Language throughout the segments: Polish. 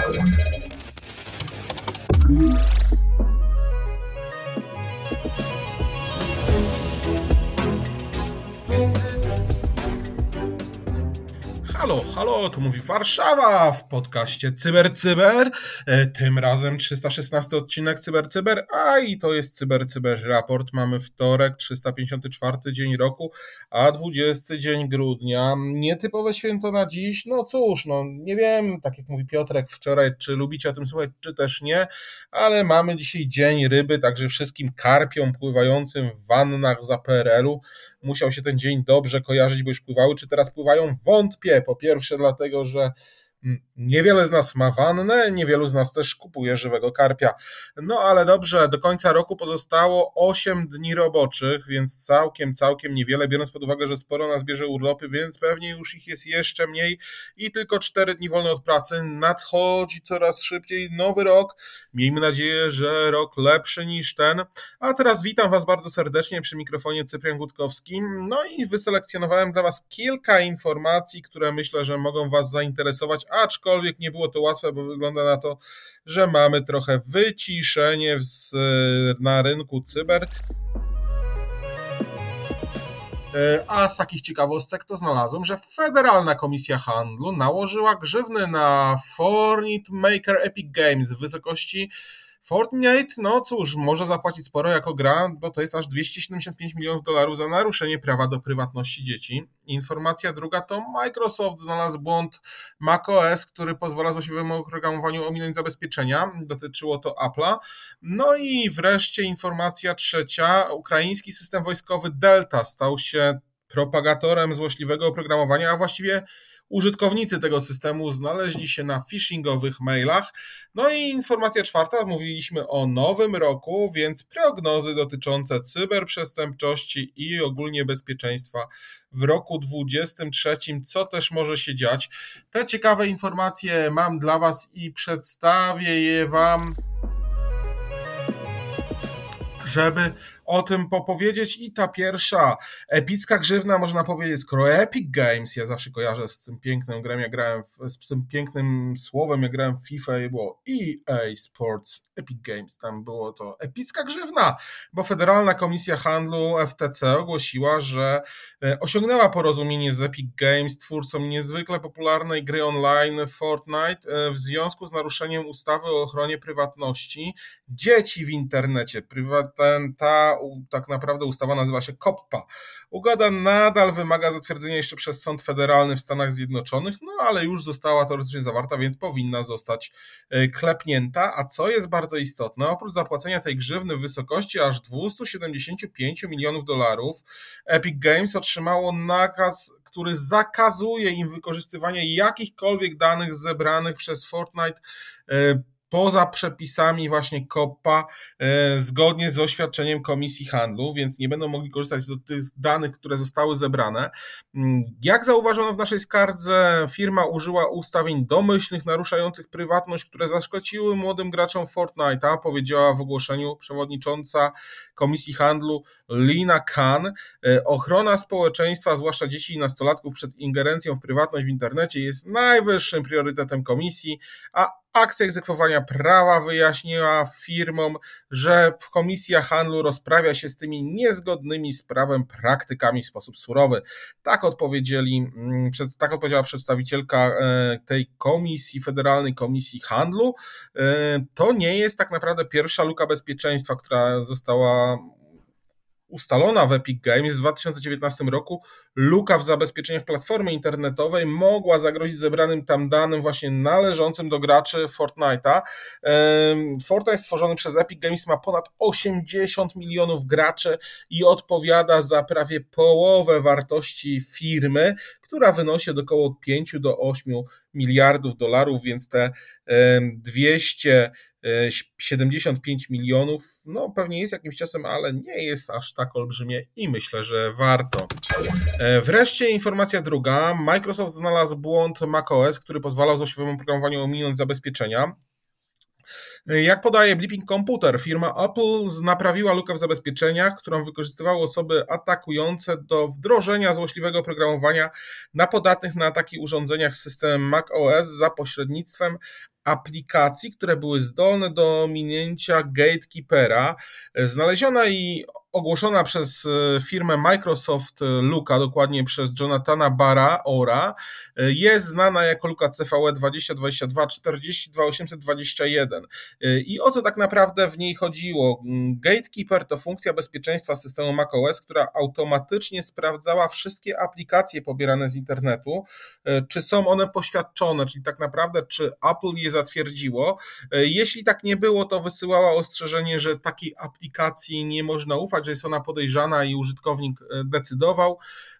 Halo, tu mówi Warszawa w podcaście Cyber. Tym razem 316 odcinek Cyber, a i to jest Cyber Raport. Mamy wtorek, 354 dzień roku, a 20 dzień grudnia. Nietypowe święto na dziś. No cóż, nie wiem, tak jak mówi Piotrek wczoraj, czy lubicie o tym słuchać, czy też nie, ale mamy dzisiaj dzień ryby, także wszystkim karpiom pływającym w wannach za PRL-u musiał się ten dzień dobrze kojarzyć, bo już pływały. Czy teraz pływają? Wątpię. Po pierwsze dlatego, że niewiele z nas ma wannę, niewielu z nas też kupuje żywego karpia. No ale dobrze, do końca roku pozostało 8 dni roboczych, więc całkiem niewiele, biorąc pod uwagę, że sporo nas bierze urlopy, więc pewnie już ich jest jeszcze mniej i tylko 4 dni wolne od pracy. Nadchodzi coraz szybciej nowy rok. Miejmy nadzieję, że rok lepszy niż ten. A teraz witam Was bardzo serdecznie przy mikrofonie Cyprian Gutkowski. No i wyselekcjonowałem dla Was kilka informacji, które myślę, że mogą Was zainteresować, aczkolwiek nie było to łatwe, bo wygląda na to, że mamy trochę wyciszenie na rynku cyber. A z takich ciekawostek to znalazłem, że Federalna Komisja Handlu nałożyła grzywny na Fortnite Maker Epic Games w wysokości Fortnite, no cóż, może zapłacić sporo jako gra, bo to jest aż $275 milionów za naruszenie prawa do prywatności dzieci. Informacja druga to Microsoft znalazł błąd macOS, który pozwala złośliwemu oprogramowaniu ominąć zabezpieczenia. Dotyczyło to Apple'a. No i wreszcie informacja trzecia. Ukraiński system wojskowy Delta stał się propagatorem złośliwego oprogramowania, a właściwie użytkownicy tego systemu znaleźli się na phishingowych mailach. No i informacja czwarta, mówiliśmy o nowym roku, więc prognozy dotyczące cyberprzestępczości i ogólnie bezpieczeństwa w roku 2023, co też może się dziać. Te ciekawe informacje mam dla Was i przedstawię je Wam, żeby o tym popowiedzieć. I ta pierwsza epicka grzywna, można powiedzieć, skoro Epic Games, ja zawsze kojarzę z tym pięknym grem, z tym pięknym słowem, jak grałem w FIFA i było EA Sports Epic Games, tam było to epicka grzywna, bo Federalna Komisja Handlu FTC ogłosiła, że osiągnęła porozumienie z Epic Games, twórcą niezwykle popularnej gry online Fortnite, w związku z naruszeniem ustawy o ochronie prywatności dzieci w internecie. Tak naprawdę ustawa nazywa się COPPA. Ugoda nadal wymaga zatwierdzenia jeszcze przez Sąd Federalny w Stanach Zjednoczonych, no ale już została teoretycznie zawarta, więc powinna zostać klepnięta. A co jest bardzo istotne, oprócz zapłacenia tej grzywny w wysokości aż $275 milionów, Epic Games otrzymało nakaz, który zakazuje im wykorzystywania jakichkolwiek danych zebranych przez Fortnite poza przepisami właśnie COPPA, zgodnie z oświadczeniem Komisji Handlu, więc nie będą mogli korzystać z tych danych, które zostały zebrane. Jak zauważono w naszej skardze, firma użyła ustawień domyślnych naruszających prywatność, które zaszkodziły młodym graczom Fortnite'a, powiedziała w ogłoszeniu przewodnicząca Komisji Handlu Lina Khan. Ochrona społeczeństwa, zwłaszcza dzieci i nastolatków przed ingerencją w prywatność w internecie jest najwyższym priorytetem komisji, a akcja egzekwowania prawa wyjaśniła firmom, że Komisja Handlu rozprawia się z tymi niezgodnymi z prawem praktykami w sposób surowy. Tak odpowiedziała przedstawicielka tej komisji, Federalnej Komisji Handlu. To nie jest tak naprawdę pierwsza luka bezpieczeństwa, która została ustalona w Epic Games. W 2019 roku luka w zabezpieczeniach platformy internetowej mogła zagrozić zebranym tam danym właśnie należącym do graczy Fortnite'a. Fortnite stworzony przez Epic Games ma ponad 80 milionów graczy i odpowiada za prawie połowę wartości firmy, która wynosi od około 5 do 8 miliardów dolarów, więc te 275 milionów, no pewnie jest jakimś czasem, ale nie jest aż tak olbrzymie i myślę, że warto. Wreszcie informacja druga. Microsoft znalazł błąd macOS, który pozwalał złośliwemu programowaniu ominąć zabezpieczenia. Jak podaje Blipping Computer, firma Apple naprawiła lukę w zabezpieczeniach, którą wykorzystywały osoby atakujące do wdrożenia złośliwego oprogramowania na podatnych na ataki urządzeniach z systemem macOS za pośrednictwem aplikacji, które były zdolne do minięcia gatekeepera. Znaleziona i ogłoszona przez firmę Microsoft luka, dokładnie przez Jonathana Ora, jest znana jako luka CVE 2022 42821. I o co tak naprawdę w niej chodziło? Gatekeeper to funkcja bezpieczeństwa systemu macOS, która automatycznie sprawdzała wszystkie aplikacje pobierane z internetu, czy są one poświadczone, czyli tak naprawdę czy Apple je zatwierdziło. Jeśli tak nie było, to wysyłała ostrzeżenie, że takiej aplikacji nie można ufać, że jest ona podejrzana i użytkownik decydował.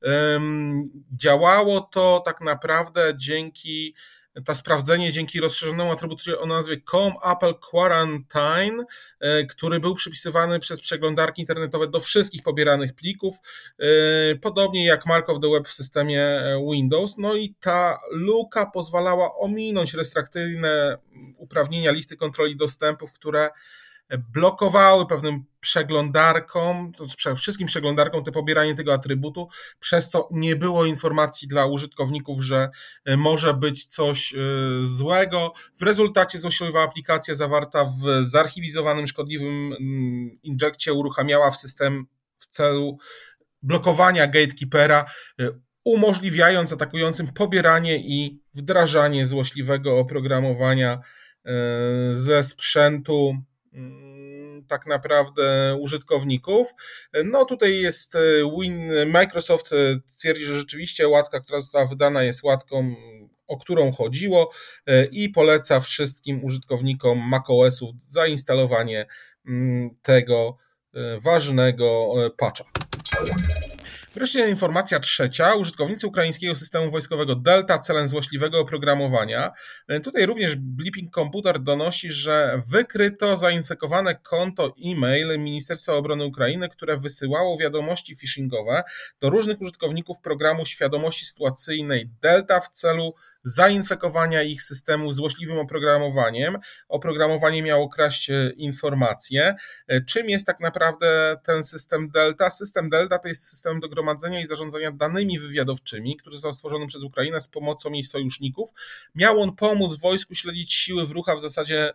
Działało to tak naprawdę dzięki rozszerzonemu atrybutowi o nazwie Com Apple Quarantine, który był przypisywany przez przeglądarki internetowe do wszystkich pobieranych plików, podobnie jak Mark of the Web w systemie Windows. No i ta luka pozwalała ominąć restrykcyjne uprawnienia listy kontroli dostępów, które blokowały pewnym przeglądarkom, wszystkim przeglądarkom to pobieranie tego atrybutu, przez co nie było informacji dla użytkowników, że może być coś złego. W rezultacie złośliwa aplikacja zawarta w zarchiwizowanym szkodliwym injekcie uruchamiała w system w celu blokowania gatekeepera, umożliwiając atakującym pobieranie i wdrażanie złośliwego oprogramowania ze sprzętu tak naprawdę użytkowników. No tutaj jest Microsoft twierdzi, że rzeczywiście łatka, która została wydana, jest łatką, o którą chodziło, i poleca wszystkim użytkownikom macOS-ów zainstalowanie tego ważnego patcha. Wreszcie informacja trzecia. Użytkownicy ukraińskiego systemu wojskowego Delta celem złośliwego oprogramowania. Tutaj również Blipping Computer donosi, że wykryto zainfekowane konto e-mail Ministerstwa Obrony Ukrainy, które wysyłało wiadomości phishingowe do różnych użytkowników programu świadomości sytuacyjnej Delta w celu zainfekowania ich systemu złośliwym oprogramowaniem. Oprogramowanie miało kraść informacje. Czym jest tak naprawdę ten system Delta? System Delta to jest system do gromadzenia i zarządzania danymi wywiadowczymi, który został stworzony przez Ukrainę z pomocą jej sojuszników. Miał on pomóc wojsku śledzić siły wroga, w zasadzie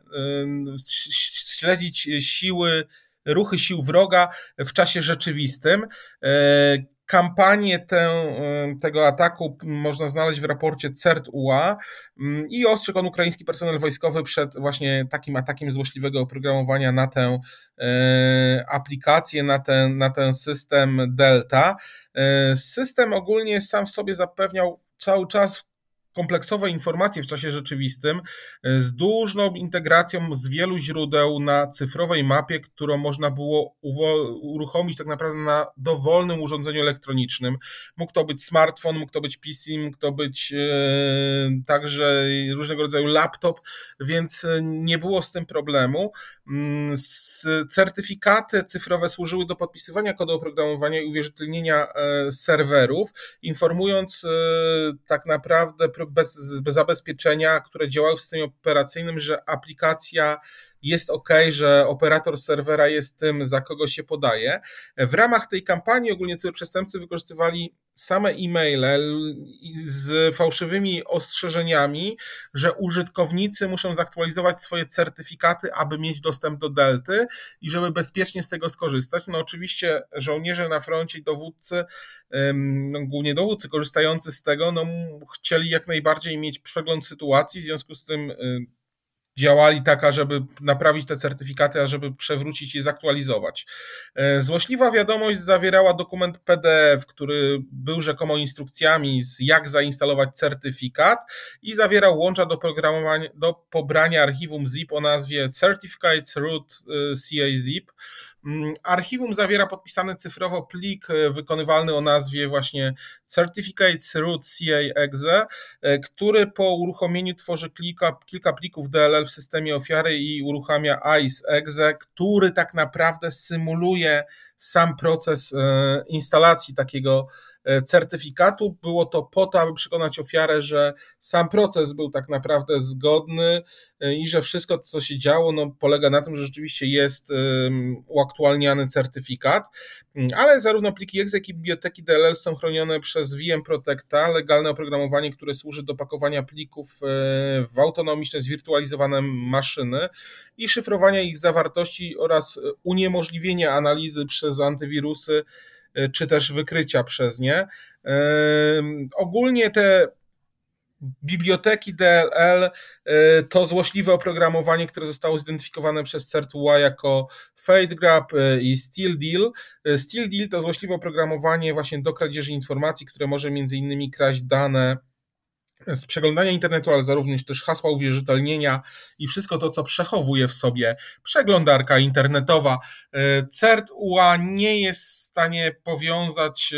śledzić ruchy sił wroga w czasie rzeczywistym. Kampanię tego ataku można znaleźć w raporcie CERT-UA i ostrzegł on ukraiński personel wojskowy przed właśnie takim atakiem złośliwego oprogramowania na tę aplikację, na ten system Delta. System ogólnie sam w sobie zapewniał cały czas kompleksowe informacje w czasie rzeczywistym z dużą integracją z wielu źródeł na cyfrowej mapie, którą można było uruchomić tak naprawdę na dowolnym urządzeniu elektronicznym. Mógł to być smartfon, mógł to być PC, mógł to być także różnego rodzaju laptop, więc nie było z tym problemu. Certyfikaty cyfrowe służyły do podpisywania kodu oprogramowania i uwierzytelnienia serwerów, informując tak naprawdę bez zabezpieczenia, które działały w systemie operacyjnym, że aplikacja jest ok, że operator serwera jest tym, za kogo się podaje. W ramach tej kampanii ogólnie cyberprzestępcy wykorzystywali same e-maile z fałszywymi ostrzeżeniami, że użytkownicy muszą zaktualizować swoje certyfikaty, aby mieć dostęp do Delty i żeby bezpiecznie z tego skorzystać. No oczywiście żołnierze na froncie i dowódcy, głównie dowódcy korzystający z tego, chcieli jak najbardziej mieć przegląd sytuacji, w związku z tym działali tak, ażeby naprawić te certyfikaty, ażeby przewrócić i zaktualizować. Złośliwa wiadomość zawierała dokument PDF, który był rzekomo instrukcjami, jak zainstalować certyfikat, i zawierał łącza do pobrania archiwum zip o nazwie Certificates Root CA-zip. Archiwum zawiera podpisany cyfrowo plik wykonywalny o nazwie właśnie Certificates Root CA-exe, który po uruchomieniu tworzy kilka plików DLL w systemie ofiary i uruchamia ICE-exe, który tak naprawdę symuluje sam proces instalacji takiego certyfikatu. Było to po to, aby przekonać ofiarę, że sam proces był tak naprawdę zgodny i że wszystko to, co się działo, polega na tym, że rzeczywiście jest uaktualniany certyfikat, ale zarówno pliki exe, jak i biblioteki DLL są chronione przez VM Protecta, legalne oprogramowanie, które służy do pakowania plików w autonomiczne, zwirtualizowane maszyny i szyfrowania ich zawartości oraz uniemożliwienia analizy przez antywirusy czy też wykrycia przez nie. Ogólnie te biblioteki DLL to złośliwe oprogramowanie, które zostało zidentyfikowane przez CertUI jako FadeGrab i StealDeal. StealDeal to złośliwe oprogramowanie właśnie do kradzieży informacji, które może między innymi kraść dane z przeglądania internetu, ale również też hasła uwierzytelnienia i wszystko to, co przechowuje w sobie przeglądarka internetowa. CertUI nie jest w stanie powiązać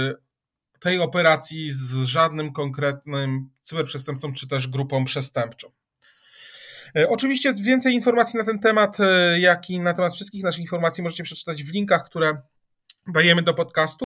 tej operacji z żadnym konkretnym cyberprzestępcą czy też grupą przestępczą. Oczywiście więcej informacji na ten temat, jak i na temat wszystkich naszych informacji możecie przeczytać w linkach, które dajemy do podcastu.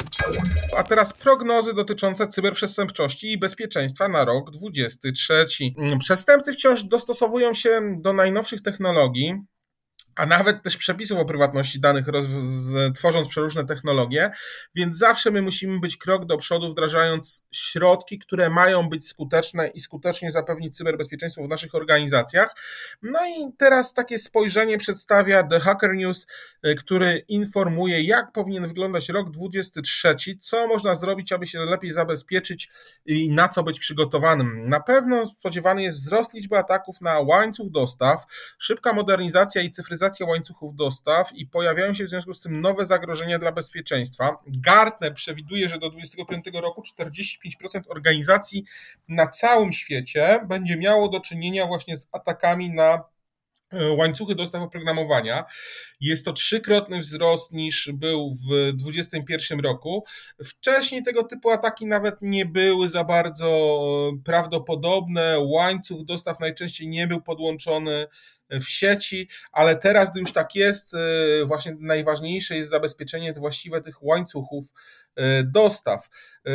A teraz prognozy dotyczące cyberprzestępczości i bezpieczeństwa na rok 2023. Przestępcy wciąż dostosowują się do najnowszych technologii, a nawet też przepisów o prywatności danych, tworząc przeróżne technologie, więc zawsze my musimy być krok do przodu, wdrażając środki, które mają być skuteczne i skutecznie zapewnić cyberbezpieczeństwo w naszych organizacjach. No i teraz takie spojrzenie przedstawia The Hacker News, który informuje, jak powinien wyglądać rok 2023, co można zrobić, aby się lepiej zabezpieczyć i na co być przygotowanym. Na pewno spodziewany jest wzrost liczby ataków na łańcuch dostaw, szybka modernizacja i cyfryzacja łańcuchów dostaw i pojawiają się w związku z tym nowe zagrożenia dla bezpieczeństwa. Gartner przewiduje, że do 2025 roku 45% organizacji na całym świecie będzie miało do czynienia właśnie z atakami na łańcuchy dostaw oprogramowania. Jest to trzykrotny wzrost niż był w 2021 roku. Wcześniej tego typu ataki nawet nie były za bardzo prawdopodobne. Łańcuch dostaw najczęściej nie był podłączony w sieci, ale teraz, gdy już tak jest, właśnie najważniejsze jest zabezpieczenie właściwe tych łańcuchów dostaw.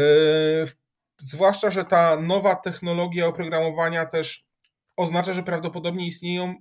Zwłaszcza, że ta nowa technologia oprogramowania też oznacza, że prawdopodobnie istnieją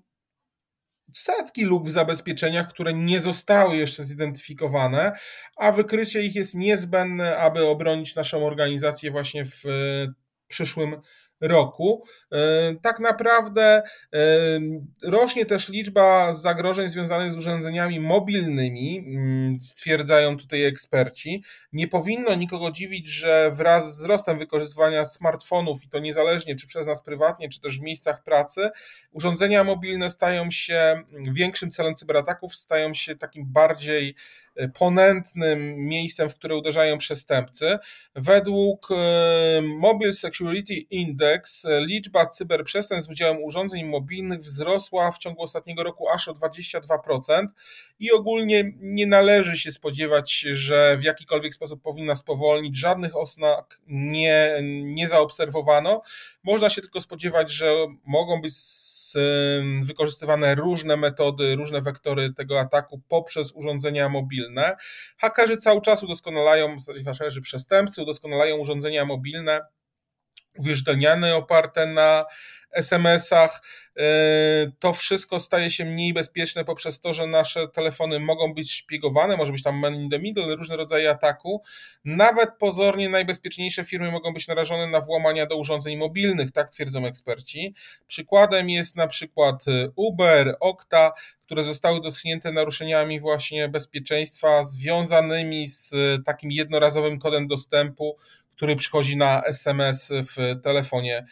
setki luk w zabezpieczeniach, które nie zostały jeszcze zidentyfikowane, a wykrycie ich jest niezbędne, aby obronić naszą organizację właśnie w przyszłym roku. Tak naprawdę rośnie też liczba zagrożeń związanych z urządzeniami mobilnymi, stwierdzają tutaj eksperci. Nie powinno nikogo dziwić, że wraz z wzrostem wykorzystywania smartfonów, i to niezależnie czy przez nas prywatnie, czy też w miejscach pracy, urządzenia mobilne stają się większym celem cyberataków, stają się takim bardziej ponętnym miejscem, w które uderzają przestępcy. Według Mobile Security Index liczba cyberprzestępstw z udziałem urządzeń mobilnych wzrosła w ciągu ostatniego roku aż o 22% i ogólnie nie należy się spodziewać, że w jakikolwiek sposób powinna spowolnić. Żadnych oznak nie zaobserwowano. Można się tylko spodziewać, że mogą być wykorzystywane różne metody, różne wektory tego ataku poprzez urządzenia mobilne. Hakerzy cały czas udoskonalają, w zasadzie hakerzy przestępcy udoskonalają urządzenia mobilne, uwierzytelniane oparte na SMS-ach. To wszystko staje się mniej bezpieczne poprzez to, że nasze telefony mogą być szpiegowane, może być tam man in the middle, różne rodzaje ataku. Nawet pozornie najbezpieczniejsze firmy mogą być narażone na włamania do urządzeń mobilnych, tak twierdzą eksperci. Przykładem jest na przykład Uber, Okta, które zostały dotknięte naruszeniami właśnie bezpieczeństwa związanymi z takim jednorazowym kodem dostępu, który przychodzi na SMS w telefonie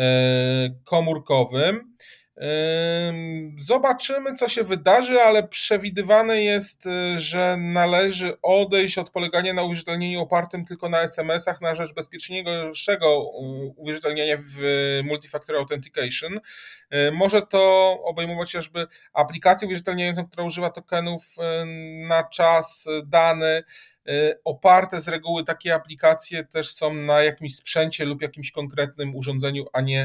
komórkowym. Zobaczymy, co się wydarzy, ale przewidywane jest, że należy odejść od polegania na uwierzytelnieniu opartym tylko na SMS-ach na rzecz bezpieczniejszego uwierzytelniania w Multifactor Authentication. Może to obejmować chociażby aplikację uwierzytelniającą, która używa tokenów na czas dany. Oparte z reguły takie aplikacje też są na jakimś sprzęcie lub jakimś konkretnym urządzeniu, a nie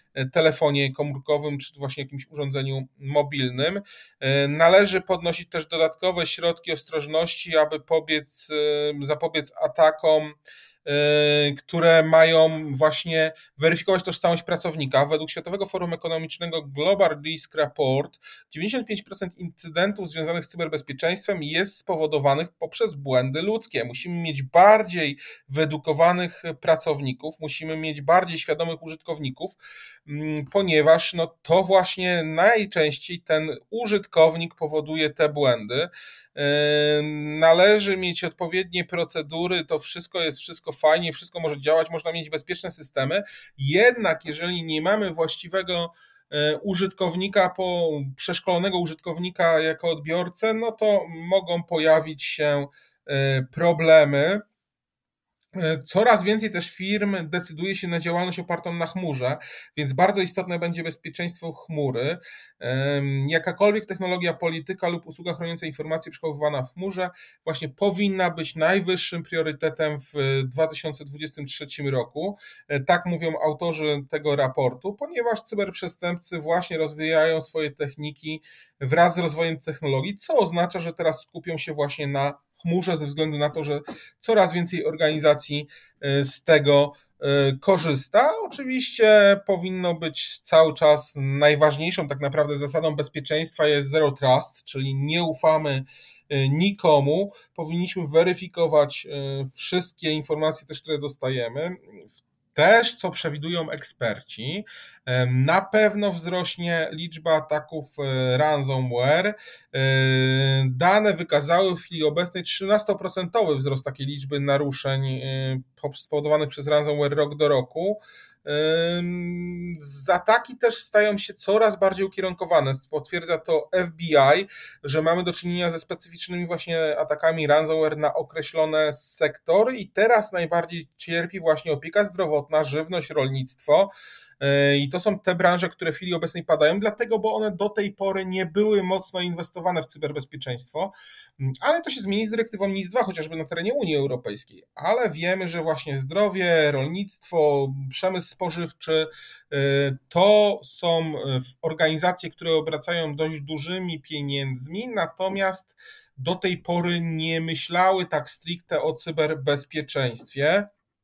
telefonie komórkowym czy właśnie jakimś urządzeniu mobilnym. Należy podnosić też dodatkowe środki ostrożności, aby zapobiec atakom, które mają właśnie weryfikować tożsamość pracownika. Według Światowego Forum Ekonomicznego Global Risk Report 95% incydentów związanych z cyberbezpieczeństwem jest spowodowanych poprzez błędy ludzkie. Musimy mieć bardziej wyedukowanych pracowników, musimy mieć bardziej świadomych użytkowników, ponieważ to właśnie najczęściej ten użytkownik powoduje te błędy. Należy mieć odpowiednie procedury, to jest wszystko fajnie, wszystko może działać, można mieć bezpieczne systemy, jednak jeżeli nie mamy właściwego użytkownika, przeszkolonego użytkownika jako odbiorcę, no to mogą pojawić się problemy. Coraz więcej też firm decyduje się na działalność opartą na chmurze, więc bardzo istotne będzie bezpieczeństwo chmury. Jakakolwiek technologia, polityka lub usługa chroniąca informacje przechowywana w chmurze właśnie powinna być najwyższym priorytetem w 2023 roku. Tak mówią autorzy tego raportu, ponieważ cyberprzestępcy właśnie rozwijają swoje techniki wraz z rozwojem technologii, co oznacza, że teraz skupią się właśnie na chmurze ze względu na to, że coraz więcej organizacji z tego korzysta. Oczywiście powinno być cały czas najważniejszą tak naprawdę zasadą bezpieczeństwa jest zero trust, czyli nie ufamy nikomu. Powinniśmy weryfikować wszystkie informacje też, które dostajemy. Też, co przewidują eksperci, na pewno wzrośnie liczba ataków ransomware. Dane wykazały w chwili obecnej 13% wzrost takiej liczby naruszeń spowodowanych przez ransomware rok do roku. Ataki też stają się coraz bardziej ukierunkowane. Potwierdza to FBI, że mamy do czynienia ze specyficznymi właśnie atakami ransomware na określone sektory i teraz najbardziej cierpi właśnie opieka zdrowotna, żywność, rolnictwo. I to są te branże, które w chwili obecnej padają, dlatego, bo one do tej pory nie były mocno inwestowane w cyberbezpieczeństwo, ale to się zmieni z dyrektywą NIS-2, chociażby na terenie Unii Europejskiej. Ale wiemy, że właśnie zdrowie, rolnictwo, przemysł spożywczy to są organizacje, które obracają dość dużymi pieniędzmi, natomiast do tej pory nie myślały tak stricte o cyberbezpieczeństwie.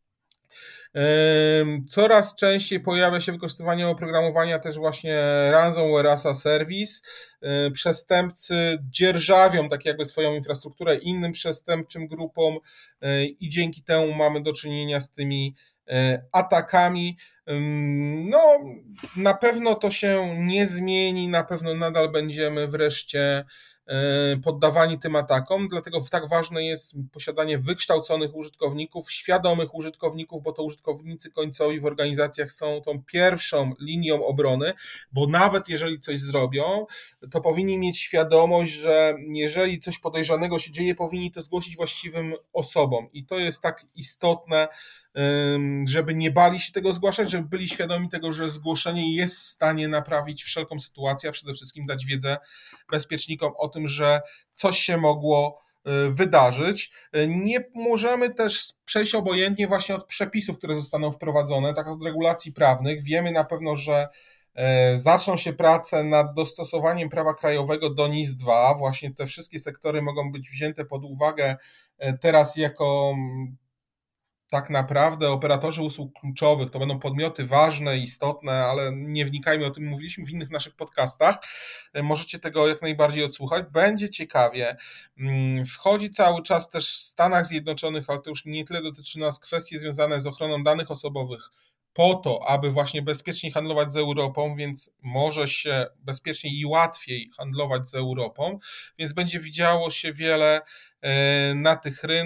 Coraz częściej pojawia się wykorzystywanie oprogramowania też właśnie ransomware as a service. Przestępcy dzierżawią tak jakby swoją infrastrukturę innym przestępczym grupom i dzięki temu mamy do czynienia z tymi atakami. No, na pewno to się nie zmieni, na pewno nadal będziemy wreszcie poddawani tym atakom, dlatego tak ważne jest posiadanie wykształconych użytkowników, świadomych użytkowników, bo to użytkownicy końcowi w organizacjach są tą pierwszą linią obrony, bo nawet jeżeli coś zrobią, to powinni mieć świadomość, że jeżeli coś podejrzanego się dzieje, powinni to zgłosić właściwym osobom i to jest tak istotne, żeby nie bali się tego zgłaszać, żeby byli świadomi tego, że zgłoszenie jest w stanie naprawić wszelką sytuację, a przede wszystkim dać wiedzę bezpiecznikom o tym, że coś się mogło wydarzyć. Nie możemy też przejść obojętnie właśnie od przepisów, które zostaną wprowadzone, tak od regulacji prawnych. Wiemy na pewno, że zaczną się prace nad dostosowaniem prawa krajowego do NIS-2. Właśnie te wszystkie sektory mogą być wzięte pod uwagę teraz jako tak naprawdę operatorzy usług kluczowych, to będą podmioty ważne, istotne, ale nie wnikajmy, o tym mówiliśmy w innych naszych podcastach. Możecie tego jak najbardziej odsłuchać. Będzie ciekawie. Wchodzi cały czas też w Stanach Zjednoczonych, ale to już nie tyle dotyczy nas, kwestie związane z ochroną danych osobowych po to, aby właśnie bezpiecznie handlować z Europą, więc może się bezpieczniej i łatwiej handlować z Europą, więc będzie widziało się wiele na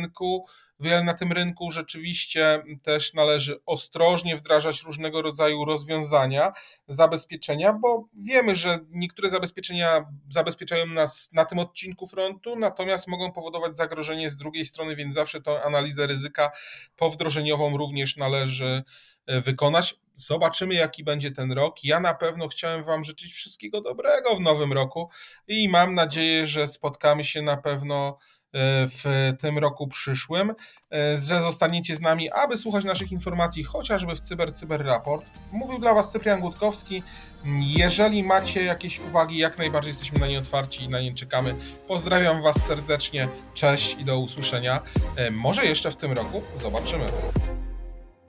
tym rynku rzeczywiście też należy ostrożnie wdrażać różnego rodzaju rozwiązania, zabezpieczenia, bo wiemy, że niektóre zabezpieczenia zabezpieczają nas na tym odcinku frontu, natomiast mogą powodować zagrożenie z drugiej strony, więc zawsze tę analizę ryzyka powdrożeniową również należy wykonać. Zobaczymy, jaki będzie ten rok. Ja na pewno chciałem Wam życzyć wszystkiego dobrego w nowym roku i mam nadzieję, że spotkamy się na pewno w tym roku przyszłym, że zostaniecie z nami, aby słuchać naszych informacji, chociażby w Cyber Raport. Mówił dla Was Cyprian Gutkowski. Jeżeli macie jakieś uwagi, jak najbardziej jesteśmy na nie otwarci i na nie czekamy. Pozdrawiam Was serdecznie, cześć i do usłyszenia. Może jeszcze w tym roku zobaczymy.